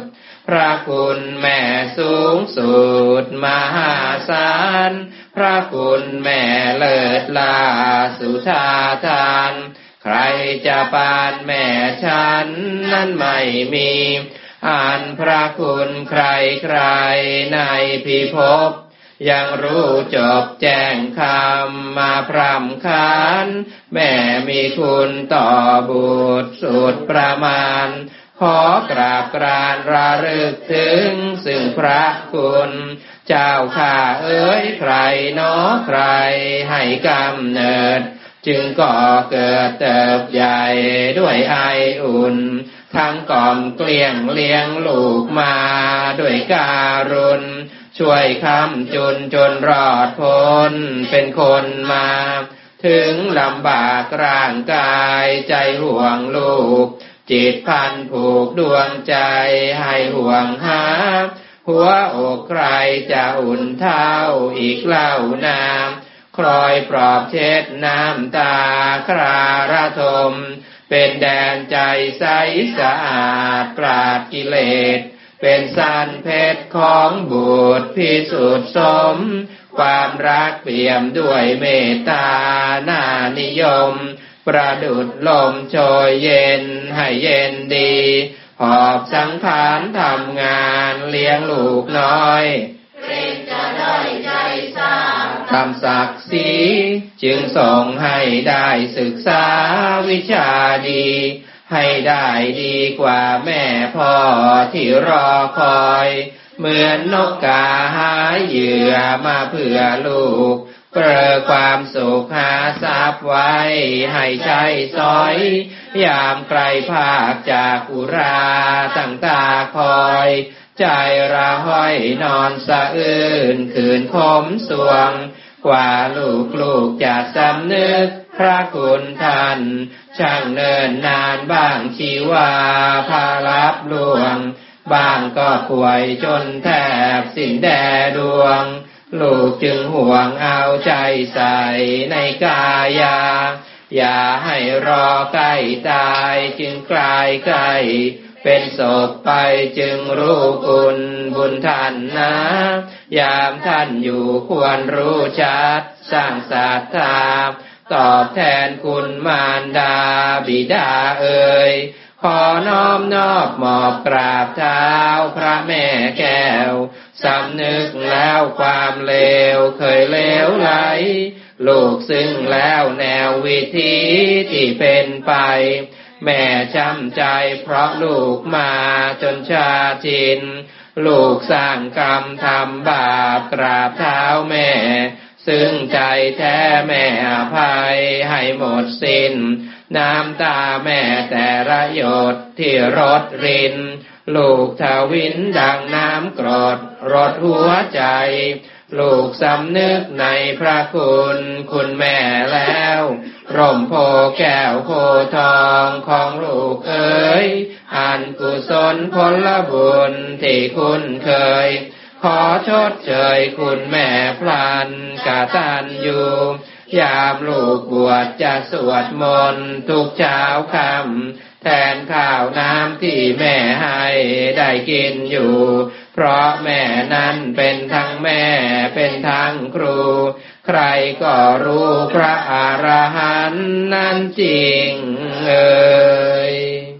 พระคุณแม่สูงสุดมหาศาลพระคุณแม่เลิศลาสุธาทานใครจะปานแม่ฉันนั้นไม่มีอ่านพระคุณใครในพิภพยังรู้จบแจ้งคำมาพร่ำค้านแม่มีคุณต่อบุตรสุดประมาณขอกราบกรานระลึกถึงซึ่งพระคุณเจ้าข้าเอ๋ยใครหนอใครให้กำเนิดจึงก่อเกิดเติบใหญ่ด้วยไออุ่นทั้งกล่อมเกลี้ยงเลี้ยงลูกมาด้วยการุณช่วยค้ำจุนจนรอดพ้นเป็นคนมาถึงลำบากร่างกายใจห่วงลูกจิตพันผูกดวงใจให้ห่วงหาหัวอกใครจะอุ่นเท่าอีกเล่านามคลอยปลอบเช็ดน้ำตาคราระทมเป็นแดนใจใสสะอาดปราศกิเลสเป็นสันเพชรของบุตรพิสุทธิสมความรักเปี่ยมด้วยเมตตาน่านิยมประดุจลมโชยเย็นให้เย็นดีหอบสังขารทำงานเลี้ยงลูกน้อยเกรงจะด้อยใจสร้างทำศักดิ์ศรีจึงส่งให้ได้ศึกษาวิชาดีให้ได้ดีกว่าแม่พ่อที่รอคอยเหมือนนกกาหาเหยื่อมาเพื่อลูกเพื่อความสุขหาทรัพย์ไว้ให้ใช้สอยยามไกลภาคจากอุราตั้งตาคอยใจระห้อยนอนสะอื้นคืนคมสวงกว่าลูกจะสำนึกพระคุณท่านช่างเนิ่นนานบ้างชีวาพาลับลวงบ้างก็ป่วยจนแทบสิ้นแดดวงลูกจึงห่วงเอาใจใส่ในกายาอย่าให้รอใกล้ตายจึงกลายใกล้เป็นศพไปจึงรู้คุณบุญท่านนะยามท่านอยู่ควรรู้ชัดสร้างศรัทธาตอบแทนคุณมารดาบิดาเอ่ยขอน้อมนอบหมอบกราบเท้าพระแม่แก้วสำนึกแล้วความเลวเคยเลวไหลลูกซึ้งแล้วแนววิธีที่เป็นไปแม่ช้ำใจเพราะลูกมาจนชาชินลูกสร้างกรรมทำบาปกราบเท้าแม่ซึ่งใจแท้แม่อภัยให้หมดสิ้นน้ำตาแม่แต่ละหยดที่รดรินลูกทวินดังน้ำกรดรดหัวใจลูกสำนึกในพระคุณแม่แล้วร่มโพแก้วโพทองของลูกเอ๋ยอันกุศลผลบุญที่คุณเคยขอชดเชยคุณแม่พลันกตัญญูยามลูกบวชจะสวดมนต์ทุกเช้าค่ำแทนข้าวน้ำที่แม่ให้ได้กินอยู่เพราะแม่นั้นเป็นทั้งแม่เป็นทั้งครูใครก็รู้พระอรหันต์นั้นจริงเอ่ย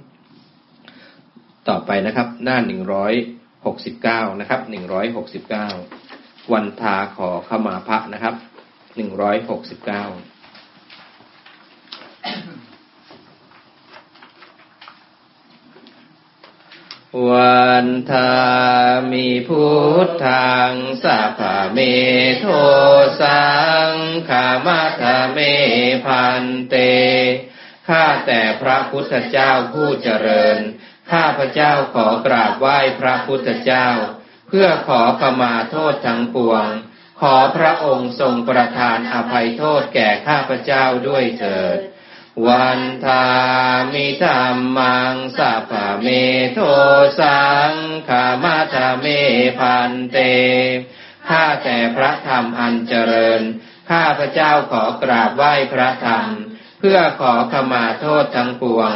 ต่อไปนะครับหน้า169นะครับ169วันทาขอขมาพระนะครับ169วันทามิพุทธังสัพพเมโทสังฆามัทเมพันเตข้าแต่พระพุทธเจ้าผู้เจริญข้าพเจ้าขอกราบไหว้พระพุทธเจ้าเพื่อขอขมาโทษทั้งปวงขอพระองค์ทรงประทานอภัยโทษแก่ข้าพเจ้าด้วยเถิดวันทามิธัมมังสัพพเมโทสังฆามัทเมพันเตข้าแต่พระธรรมอันเจริญข้าพเจ้าขอกราบไหว้พระธรรมเพื่อขอขมาโทษทั้งปวงข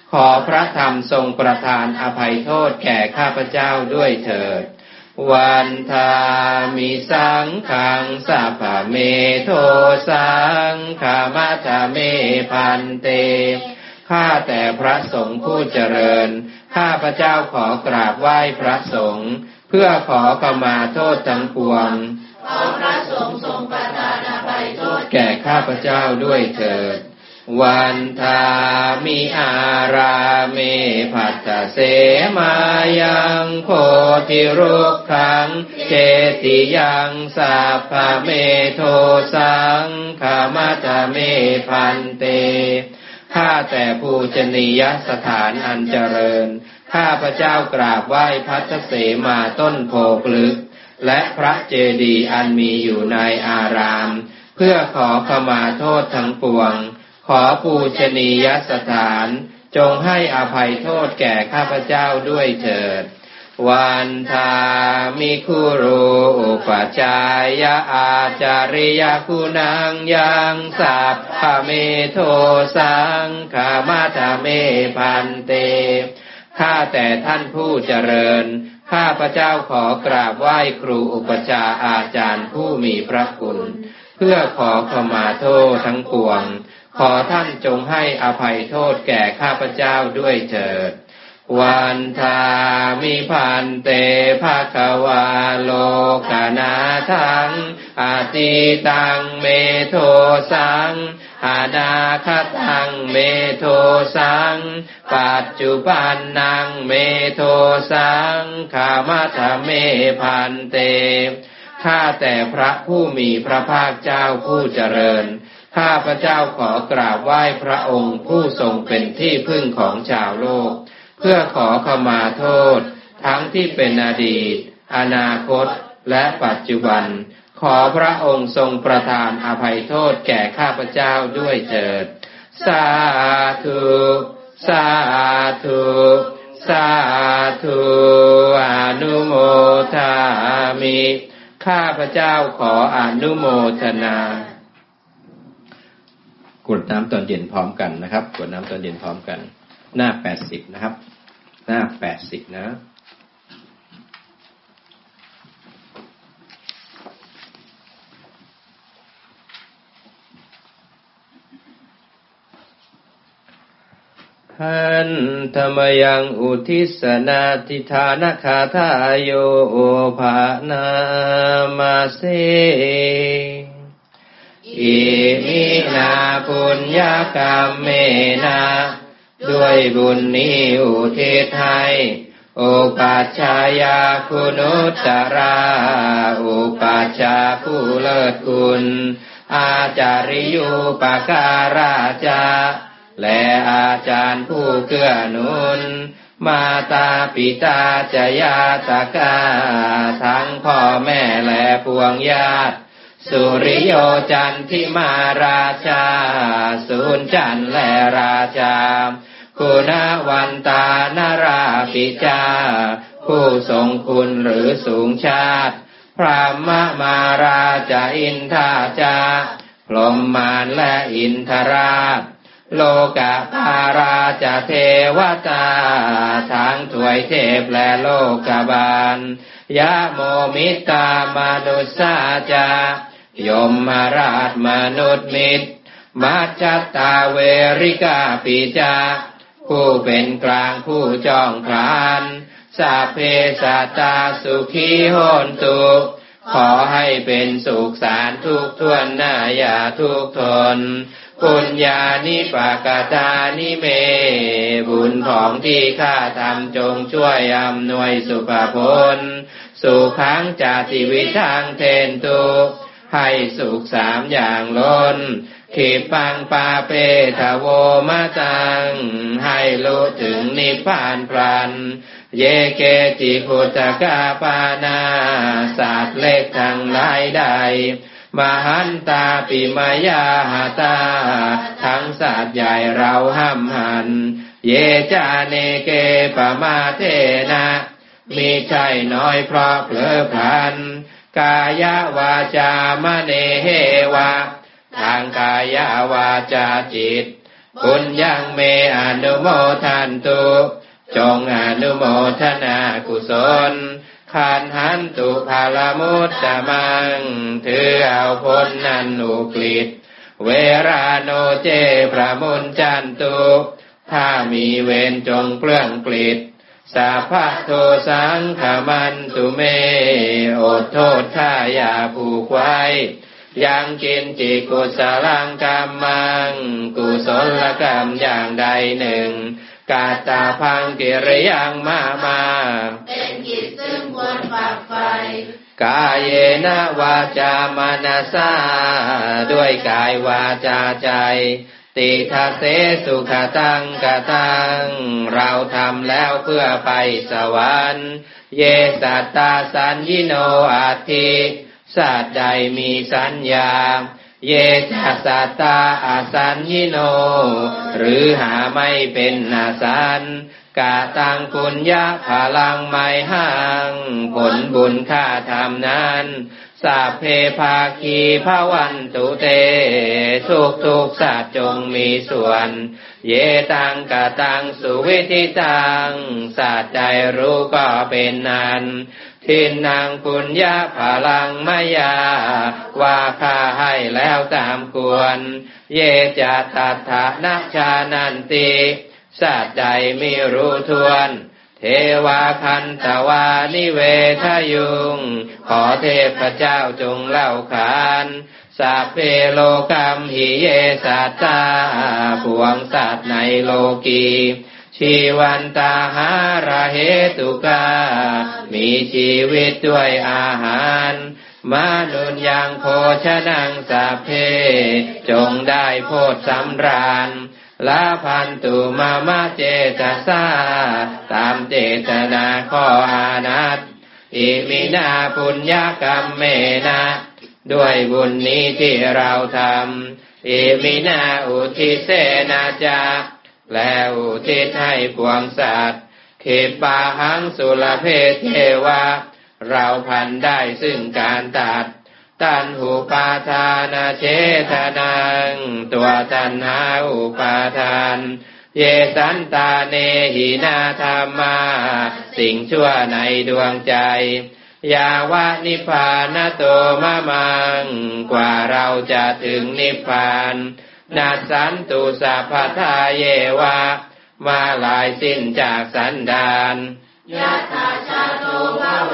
ขอพระธรรมทรงประทานอภัยโทษแก่ข้าพเจ้าด้วยเถิดวันทามิสังฆังสัพพเมโทสังฆามัทเมพันเตข้าแต่พระสงฆ์ผู้เจริญข้าพเจ้าขอกราบไหว้พระสงฆ์เพื่อขอขมาโทษทั้งปวงขอพระสงฆ์ทรงประทานอภัยโทษแก่ข้าพเจ้าด้วยเถิดวันทามิอาราเมภัตตเสมายังโพธิรุกขังเจติยังสัพพเมโทสังฆามัทเมพันเตข้าแต่ภูชนียสถานอันเจริญข้าพเจ้ากราบไหว้ภัตตเสมาต้นโพพฤกษ์และพระเจดีย์อันมีอยู่ในอารามเพื่อขอขมาโทษทั้งปวงขอปูชนียสถานจงให้อภัยโทษแก่ข้าพเจ้าด้วยเถิดวันทามิคุรูอุปจายะอาจาริยคุณังยังสัพพเมโทสังฆามัทเมพันเตข้าแต่ท่านผู้เจริญข้าพเจ้าขอกราบไหว้ครูอุปชาอาจารย์ผู้มีพระคุณเพื่อขอขมาโทษทั้งปวงขอท่านจงให้อภัยโทษแก่ข้าพเจ้าด้วยเถิดวันทามิพันเตภควาโลกนาทังอาติตังเมโทสังอานาคตังเมโทสังปัจจุบันนังเมโทสังฆามัทเมพันเตข้าแต่พระผู้มีพระภาคเจ้าผู้เจริญข้าพเจ้าขอกราบไหว้พระองค์ผู้ทรงเป็นที่พึ่งของชาวโลกเพื่อขอขมาโทษทั้งที่เป็นอดีตอนาคตและปัจจุบันขอพระองค์ทรงประทานอภัยโทษแก่ข้าพเจ้าด้วยเถิดสาธุสาธุสาธุอนุโมทามิข้าพเจ้าขออนุโมทนากรวดน้ำตอนเย็นพร้อมกันนะครับกรวดน้ำตอนเย็นพร้อมกันหน้า80นะครับหน้า80นะหันธรรมยังอุทิศนาทิธานคาทายโยภานามาเสอิมินาปุญญกรรมเมนะด้วยบุญนี้อุทิศให้อุปัชฌายาคุณุตตราอุปัชฌาย์ผู้เลิศคุณอาจาริยุปการาจาและอาจารย์ผู้เกื้อหนุนมาตาปิตาจยาตกาทั้งพ่อแม่และพวงญาติสุริโยจันทิมาราชาสุนจันและราชาคุณวันตานราปิจาผู้ทรงคุณหรือสูงชาติพระมมาราชอินทาจาพรหมมารและอินทราชโลกภาราชเทวตาทั้งถวยเทพและโลกบาลยะโมมิตามนุสสาจายมมาราชมนุษย์มิตรมัจจตาเวริกาปิจาผู้เป็นกลางผู้จองพรานสัพเพสัตตาสุขีโหนตุขอให้เป็นสุขสารทุกทวนหน้าอย่าทุกทนปุญญานิปกตานิเมบุญของที่ข้าทำจงช่วยอำนวยสุภผลสุขังจาติวิทังเทนตุให้สุขสามอย่างล้นขีปังปาเปทโวมะตังให้รู้ถึงนิพพานพลันเยเกจิพุทธกาปานาสัตว์เล็กทั้งหลายใดมหันตาปิมายาหาตาทั้งสัตว์ใหญ่เราห้ำหันเยจาเนเกปมาเทนะมิใช่น้อยเพราะเผลอพลันกายวาจามะเนเหวะทางกายวาจาจิตปุญญังเมอนุโมทันตุจงอนุโมทนากุศลขันหันตุภาลมุตตะมังถือเอาผลนั้นอุกฤษเวราโนเจพระมุนจันตุถ้ามีเวรจงเปลื้องกฤษสัพพะโทสังขมันตุเมอดโทษถ้าอย่าผูกไว้ยังกินจิกุศลังกรรมังกุศลกรรมอย่างใดหนึ่งกาตาพังกิริยังมาเป็นกิจซึ่งควรฝากไฟกายเยนะวาจามนัสสาด้วยกายวาจาใจติทัสเสสุขตังกตังเราทำแล้วเพื่อไปสวรรค์เยสัตตาสัญญิโนอัตถิสัตว์ใดมีสัญญาเยจัสสัตตาอสัญญิโนหรือหาไม่เป็นอาสันกาตังปุญญาภาลังไมหังผลบุญข้าทำนั้นสัพเพภาคีภวันตุเตทุกสัตว์จงมีส่วนเยตังกตังสุวิธิตังสัตว์ใดรู้ก็เป็นนั้นทินนางปุญญาภาลังมยาว่าข้าให้แล้วตามควรเยจะตัฏฐานะชานันติสัตว์ใดไม่รู้ทวนเทวาคันตวานิเวทยุงขอเทพเจ้าจงเล่าขานสัพเพโลกัมหิเยสัตตาปวงสัตว์ในโลกีชีวันตาหาระเหตุกามีชีวิตด้วยอาหารมานุนยังโภชนังสัพเพจงได้โพธิสำราญลาพันตุมาเจตสาตามเจตนาข้ออานัตอิมินาปุญญกรรมเมนะด้วยบุญนี้ที่เราทำอิมินาอุทิเสนาจาและอุทิศให้พวงสัตว์ขิปาหังสุลเพเทวะเราพันได้ซึ่งการตัดตัณหุปาทานเฉทนังตัวตัณหาอุปาทานเยสันตาเนหินาธรรมาสิ่งชั่วในดวงใจยาวะนิพพานโตมะมังกว่าเราจะถึงนิพพานนัสสันตุสัพพทาเยวะมาลายสิ้นจากสันดานยัตถาชาโตภเว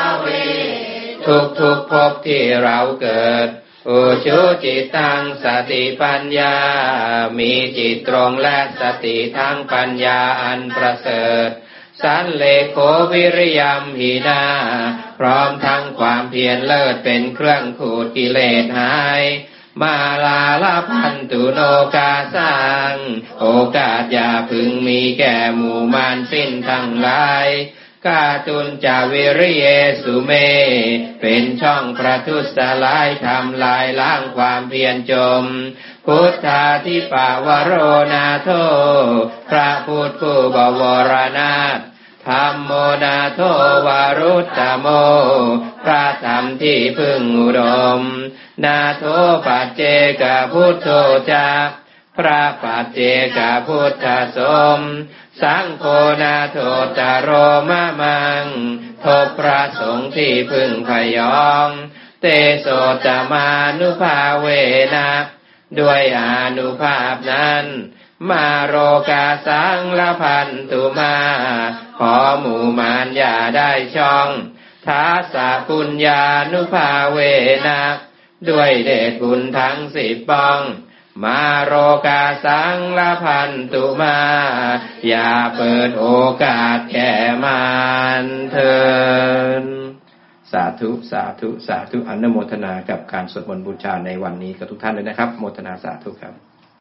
ทุกภพที่เราเกิดอุชุจิตังสติปัญญามีจิตตรงและสติทั้งปัญญาอันประเสริฐสันเลโควิริยมหินาพร้อมทั้งความเพียรเลิศเป็นเครื่องขูดกิเลสหายมาลาลาพันตุโนกาสังโอกาสอย่าพึงมีแก่หมู่มารสิ้นทั้งหลายกาตุนจาวิริเยสุเมเป็นช่องประทุษร้ายทำลายล้างความเพียรจมพุทธาธิปาวโรนาโทพระพุทธผู้บวรนาถธัมโมนาโทวารุตตโมพระธรรมที่พึงอุดมนาโทปัจเจกพุทโธจักพระปัจเจกพุทธสมสังโฆนาโทตโรมะมังทบพระสงฆ์ที่พึงพยองเตโสตมานุภาเวนะด้วยอานุภาพนั้นมาโรกาสังละพันตุมาขอหมู่มารอย่าได้ช่องทัสสะปุญญานุภาเวนะด้วยเดชบุญทั้ง10ป้องมาโรกาสังละพันตุมาอย่าเปิดโอกาสแก่มารเถิดสาธุสาธุสาธุอนุโมทนากับการสวดมนต์บูชาในวันนี้กับทุกท่านเลยนะครับโมทนาสาธุครับ